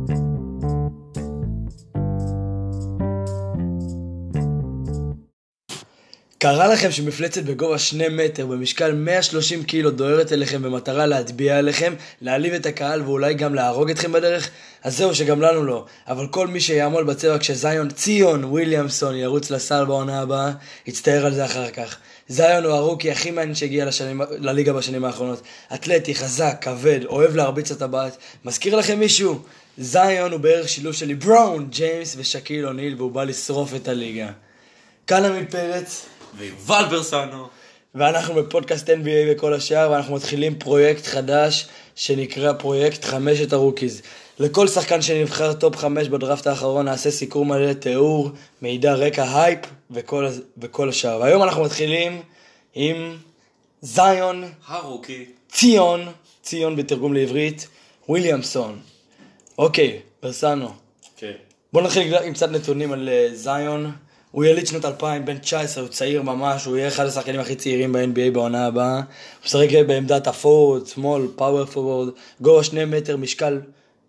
קרה לכם שמפלצת בגובה 2 מטר במשקל 130 קילו דוהרת אליכם במטרה להטביע עליכם, להעליב את הקהל ואולי גם להרוג אתכם בדרך? אז זהו שגם לנו לא. אבל כל מי שיעמול בצבע כשזיון ציון וויליאמסון ירוץ לסל בעונה הבאה, יצטער על זה אחר כך. זיון הוא הרוקי הכי מעניין שהגיע לליגה בשנים האחרונות. אתלטי, חזק, כבד, אוהב להרביץ את הטבעת. מזכיר לכם מישהו? זיון הוא בערך שילוב של לברון ג'יימס ושקיל אוניל, והוא בא לשרוף את הליגה. כאן עמית פרץ ויובל ברסנו, ואנחנו בפודקאסט NBA וכל השאר, ואנחנו מתחילים פרויקט חדש שנקרא פרויקט 5 הרוקיז. לכל שחקן שנבחר טופ 5 בדראפט האחרון נעשה סיקור מלא תיאור, מידע רקע, הייפ וכל השאר. והיום אנחנו מתחילים עם זיון הרוקי, ציון בתרגום לעברית, וויליאמסון. אוקיי, ברסנו. כן. בוא נתחיל עם קצת נתונים על זיון. הוא יליד שנות 2000, בן 19, הוא צעיר ממש, הוא יהיה אחד השחקנים הכי צעירים ב-NBA בעונה הבאה. הוא משחק בעמדת הפורוורד, סמול, פאוור פורוורד, גובה 2 מטר, משקל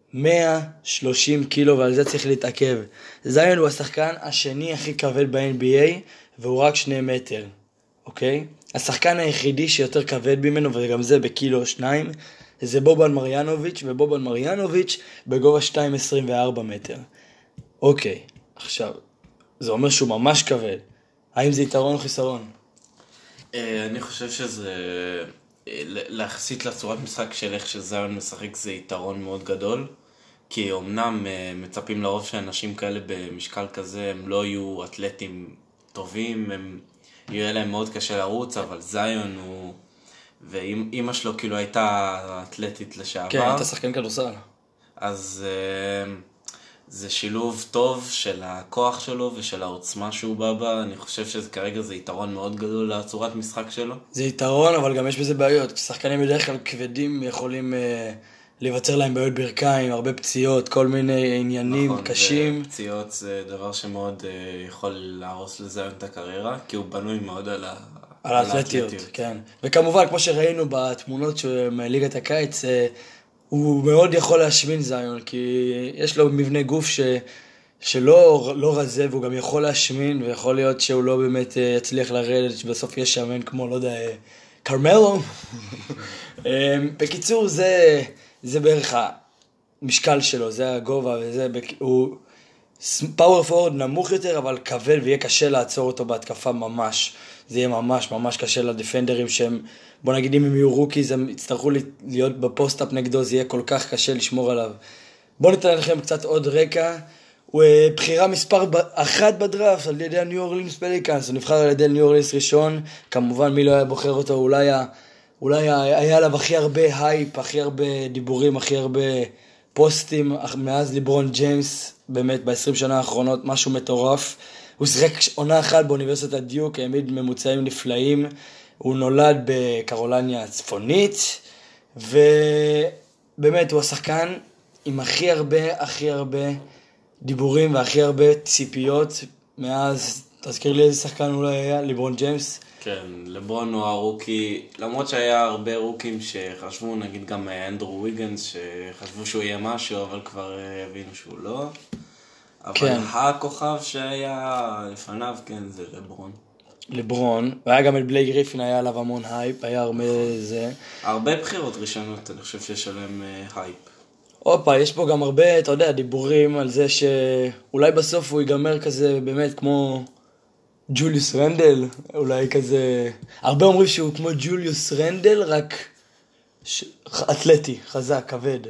130 קילו, ועל זה צריך להתעכב. זיון הוא השחקן השני הכי כבד ב-NBA, והוא רק 2 מטר, אוקיי? השחקן היחידי שיותר כבד ממנו, וגם זה בקילו 2, זה בובן מריאנוביץ', ובובן מריאנוביץ' בגובה 2.24 מטר. אוקיי, עכשיו זה אומר שהוא ממש כבד. האם זה יתרון או חיסרון? אני חושב שזה, להחסית לצורת משחק של איך שזיון משחק זה יתרון מאוד גדול, כי אמנם מצפים לרוב שאנשים כאלה במשקל כזה הם לא יהיו אתלטים טובים, יהיה להם מאוד קשה לרוץ, אבל זיון הוא, ואמא שלו כאילו הייתה אתלטית לשעבר. כן, הייתה שחקן כדורסל. אז זה שילוב טוב של הכוח שלו ושל העוצמה שהוא בא בה. אני חושב שכרגע זה יתרון מאוד גדול לצורת משחק שלו. זה יתרון, אבל גם יש בזה בעיות. שחקנים בדרך כלל כבדים יכולים לבצר להם בעיות ברכיים, הרבה פציעות, כל מיני עניינים קשים. נכון, פציעות זה דבר שמאוד יכול להרוס לזיון את הקריירה, כי הוא בנוי מאוד על האתלטיות. כן. וכמובן, כמו שראינו בתמונות מליגת הקיץ, הוא מאוד יכול להשמין זיון, כי יש לו מבנה גוף שלא רזה, והוא גם יכול להשמין, ויכול להיות שהוא לא באמת יצליח לרדת, שבסוף יש שמן כמו, לא יודע, קרמלו. בקיצור, זה בערך המשקל שלו, זה הגובה, הוא פאוור פורוורד נמוך יותר, אבל כבד, ויהיה קשה לעצור אותו בהתקפה ממש. זה יהיה ממש ממש קשה לדפנדרים שהם, בוא נגיד אם הם יהיו רוקיז, הם יצטרכו להיות בפוסט-אפ נגדו, זה יהיה כל כך קשה לשמור עליו. בואו ניתן לכם קצת עוד רקע. הוא בחירה מספר 1 בדראפט על ידי הניו אורלינס פליקאנס, הוא נבחר על ידי ניו אורלינס ראשון, כמובן מי לא היה בוחר אותו, אולי היה עליו הכי הרבה הייפ, הכי הרבה דיבורים, הכי הרבה פוסטים, מאז ליברון ג'יימס, באמת ב-20 שנה האחרונות, משהו מטורף. הוא שיחק עונה אחת באוניברסיטת דיוק, העמיד ממוצעים נפלאים, הוא נולד בקרוליניה הצפונית, ובאמת הוא השחקן עם הכי הרבה דיבורים והכי הרבה ציפיות מאז, תזכיר לי איזה שחקן אולי היה, ליברון ג'יימס. כן, לברון הוא הרוקי, למרות שהיה הרבה רוקים שחשבו, נגיד גם אנדרו ויגנס, שחשבו שהוא יהיה משהו, אבל כבר הבינו שהוא לא. אבל כן. הכוכב שהיה לפניו, כן, זה לברון. והיה גם את בלייק גריפין, היה עליו המון הייפ, היה הרבה זה. הרבה בחירות ראשונות, אני חושב שיש עליהם הייפ. אופה, יש פה גם הרבה, אתה יודע, דיבורים על זה שאולי בסוף הוא ייגמר כזה באמת כמו ג'וליוס רנדל, אולי כזה, הרבה אומרים שהוא כמו ג'וליוס רנדל, רק אתלטי, חזק, כבד.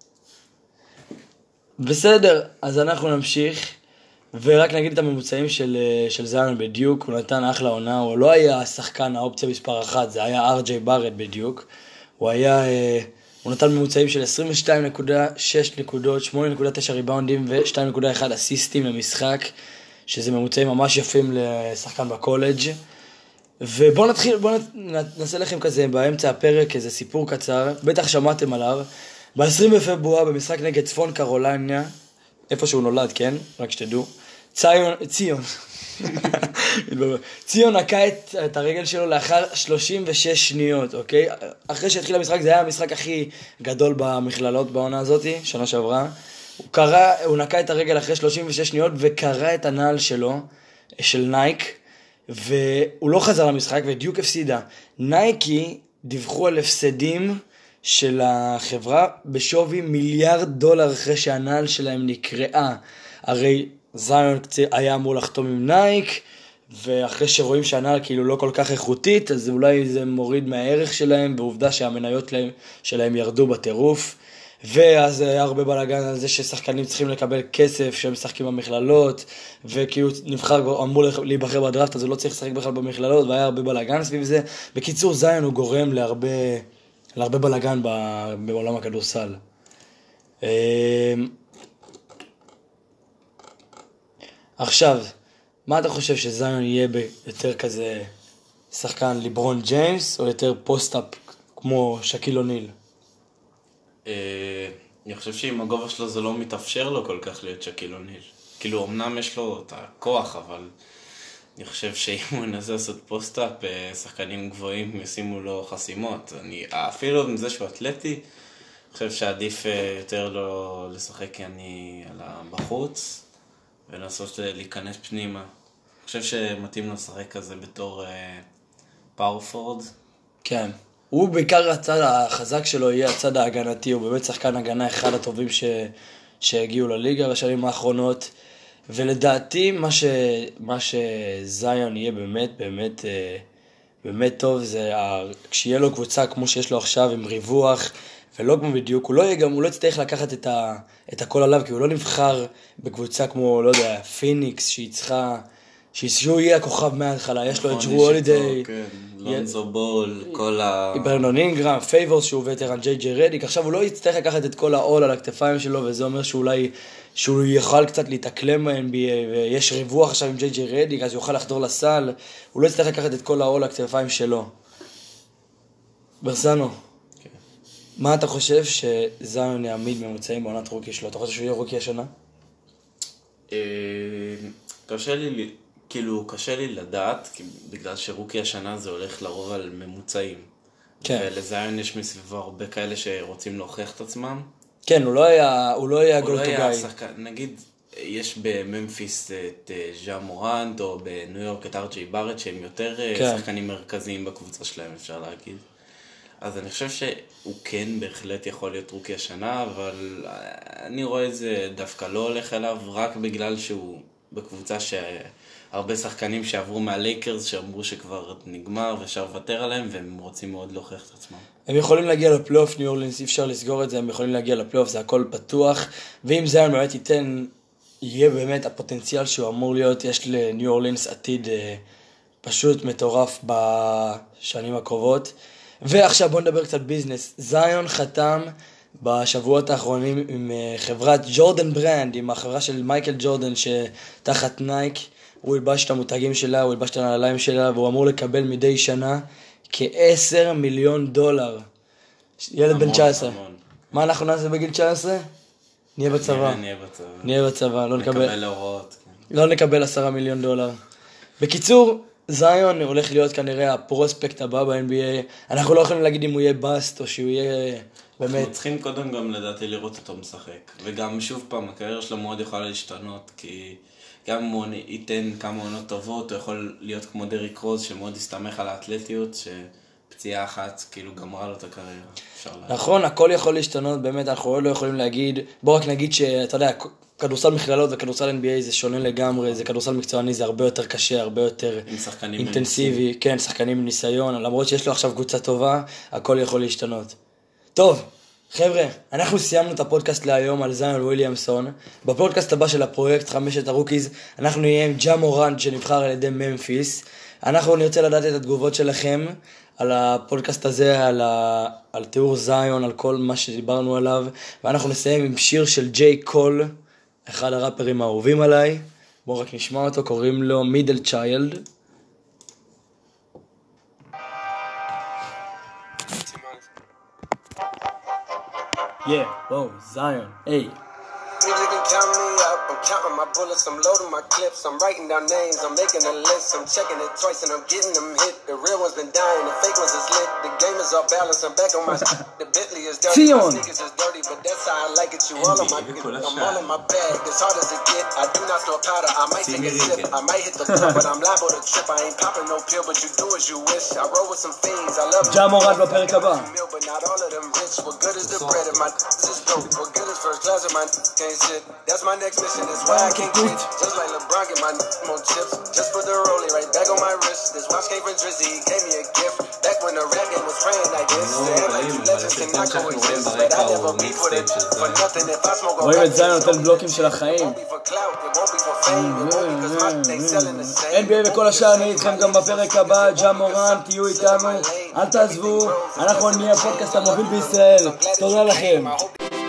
בסדר, אז אנחנו נמשיך, ורק נגיד את הממוצעים של זיון בדיוק. הוא נתן אחלה עונה, הוא לא היה שחקן האופציה מספר 1, זה היה אר.ג'יי בארט בדיוק. הוא נתן ממוצעים של 22.6 נקודות, 8.9 ריבאונדים ו2.1 אסיסטים למשחק, שזה ממוצעים ממש יפים לשחקן בקולג'. ובואו נעשה לכם כזה באמצע הפרק איזה סיפור קצר, בטח שמעתם עליו. ב-20 בפברואר במשחק נגד צפון קרוליניה, איפה שהוא נולד, כן? רק שתדעו. ציון נקע את הרגל שלו לאחר 36 שניות, אוקיי? אחרי שהתחיל המשחק, זה היה המשחק הכי גדול במכללות בעונה הזאת, שנה שעברה. הוא נקע את הרגל אחרי 36 שניות וקרע את הנעל שלו, של נייק, והוא לא חזר למשחק ודיוק הפסידה. נייקי דיווחו על הפסדים של החברה בשווי $1,000,000,000 אחרי שהנעל שלהם נקרעה. הרי זיון היה אמור לחתום עם נייק, ואחרי שרואים שהנעל כאילו לא כל כך איכותית, אז אולי זה מוריד מהערך שלהם, בעובדה שהמניות שלהם ירדו בטירוף. ואז היה הרבה בלגן על זה ששחקנים צריכים לקבל כסף שהם משחקים במכללות, וכאילו אמור להיבחר בדראפט, אז הוא לא צריך לשחק בכלל במכללות, והיה הרבה בלגן סביב זה. בקיצור, זיון הוא גורם להרבה בלגן בעולם הכדורסל. עכשיו, מה אתה חושב שזיון יהיה יותר כזה שחקן ליברון ג'יימס, או יותר פוסט-אפ כמו שקיל אוניל? אני חושב שעם הגובה שלו זה לא מתאפשר לו כל כך להיות שקיל אוניל. כאילו, אמנם יש לו את הכוח, אבל אני חושב שאם הוא ינסה לעשות פוסט-אפ, שחקנים גבוהים ישימו לו חסימות. אפילו עם זה שהוא אתלטי, אני חושב שעדיף יותר לו לשחק אני על בחוץ, ולנסות להיכנס פנימה. אני חושב שמתאים לו לשחק כזה בתור פאורפורד. כן. הוא בעיקר הצד החזק שלו יהיה הצד ההגנתי, הוא באמת שחקן הגנה אחד הטובים שהגיעו לליגה בשנים האחרונות, ולדעתי מה שזיון יהיה באמת טוב, זה כשיהיה לו קבוצה כמו שיש לו עכשיו עם ריווח, ולא כמו בדיוק, הוא לא יצטרך לקחת את הכל עליו, כי הוא לא נבחר בקבוצה כמו, לא יודע, פיניקס, שהוא יהיה הכוכב מההתחלה, יש לו את ג'רו הולידיי, לונזו בול, כל ברנון אינגרם, פייבורס שהוא וטרן ג'יי רדיק. עכשיו הוא לא יצטרך לקחת את כל העול על הכתפיים שלו, וזה אומר שהוא יוכל קצת להתאקלם ב-NBA, ויש ריווח עכשיו עם ג'יי רדיק, אז הוא יוכל לחדור לסל, הוא לא יצטרך לקחת את כל העול על הכתפיים שלו. ברסנו, מה אתה חושב שזיון יעמיד ממוצעים בעונת רוקי שלו? אתה חושב שהוא יהיה רוקי השנה? קשה לי לדעת, בגלל שרוקי השנה זה הולך לרוב על ממוצעים. כן. ולזיון יש מסביבו הרבה כאלה שרוצים להוכיח את עצמם. כן, הוא לא היה גולטוגאי. נגיד, יש בממפיס את ז'ה מורנט, או בניו יורק את ארג'יי בארט, שהם יותר שחקנים מרכזיים בקבוצה שלהם, אפשר להגיד. אז אני חושב שהוא כן בהחלט יכול להיות רוקי השנה, אבל אני רואה את זה דווקא לא הולך אליו, רק בגלל שהוא בקבוצה שהרבה שחקנים שעברו מהלייקרס, שאמרו שכבר נגמר ואפשר לוותר עליהם, והם רוצים מאוד להוכיח את עצמם. הם יכולים להגיע לפלייאוף, ניו אורלינס, אי אפשר לסגור את זה, הם יכולים להגיע לפלייאוף, זה הכל פתוח, ואם זיון באמת יהיה באמת הפוטנציאל שהוא אמור להיות, יש לניו אורלינס עתיד פשוט מטורף בשנים הקרובות. ועכשיו בוא נדבר קצת ביזנס. זיון חתם בשבועות האחרונים עם חברת ג'ורדן ברנד, עם החברה של מייקל ג'ורדן שתחת נייק. הוא ילבש את המותגים שלה, הוא ילבש את הנעליים שלה, והוא אמור לקבל מדי שנה $10 מיליון. ילד בן 19. מה אנחנו נעשה בגיל 19? נהיה בצבא. נהיה בצבא. נקבל הוראות. לא נקבל $10 מיליון. בקיצור, זיון הולך להיות כנראה הפרוספקט הבא ב-NBA. אנחנו לא יכולים להגיד אם הוא יהיה בסט או שהוא יהיה באמת. אנחנו צריכים קודם גם לדעתי לראות אותו משחק. וגם שוב פעם, הקריירה שלו מאוד יכולה להשתנות, כי גם אם הוא ייתן כמה עונות טובות, הוא יכול להיות כמו דריק רוז, שמאוד הסתמך על האתלטיות, שפציעה אחת כאילו גמרה לו את הקריירה. נכון, הכל יכול להשתנות, באמת אנחנו לא יכולים להגיד, בוא רק נגיד שאתה יודע, כדורסל מכללות וכדורסל NBA זה שונה לגמרי, זה כדורסל מקצועני, זה הרבה יותר קשה, הרבה יותר אינטנסיבי, כן, שחקנים עם ניסיון, למרות שיש לו עכשיו קבוצה טובה, הכל יכול להשתנות. טוב, חבר'ה, אנחנו סיימנו את הפודקאסט להיום על זיון וויליאמסון. בפודקאסט הבא של הפרויקט 5 הרוקיז, אנחנו נהיה עם ג'ה מורנט שנבחר על ידי ממפיס. אנחנו נרצה לדעת את התגובות שלכם על הפודקאסט הזה, על תיאור זיון, על כל מה שדיברנו עליו, ואנחנו נסיים עם שיר של ג'יי קול, אחד הראפרים האהובים עליי. בואו רק נשמע אותו, קוראים לו מידל צ'יילד. Yeah, whoa, Zion, hey. count me up, I'm counting my bullets, I'm loading my clips, I'm writing down names, I'm making a list, I'm checking it twice and I'm getting them hit. The real ones been dying, the fake ones is lit. The game is off balance, I'm back on my the Bentley is dirty, my sneakers is dirty, but that's how I like it. You all on my I'm all in my bag, as hard as it get. I do not store powder, I might take a sip, I might hit the top, but I'm liable to trip. I ain't popping no pill, but you do as you wish. I roll with some fiends, I love ג'ה מורנט בפרק הבא. but not all of them rich. What good is the bread in my is broke? What good is first class in my can't sit? That's my next mission, that's why I can't quit. Just like LeBron, get my more chips. Just put the rollie right back on my wrist. This watch came from Drizzy, he gave me a gift. Back when the rap game was praying like this. They act like you legends and not coexist. But I never be put it for nothing. If I smoke a רואים את זיון נותן בלוקים של החיים. won't be for clout, it won't be for fame, it won't be because my they selling the same. NBA וכל השאר, אני איתכם גם בפרק הבא. ג'ה מורנט, תהיו איתנו, אל תעזבו, אנחנו נהיה הפודקאסט המוביל בישראל. תודה לכם.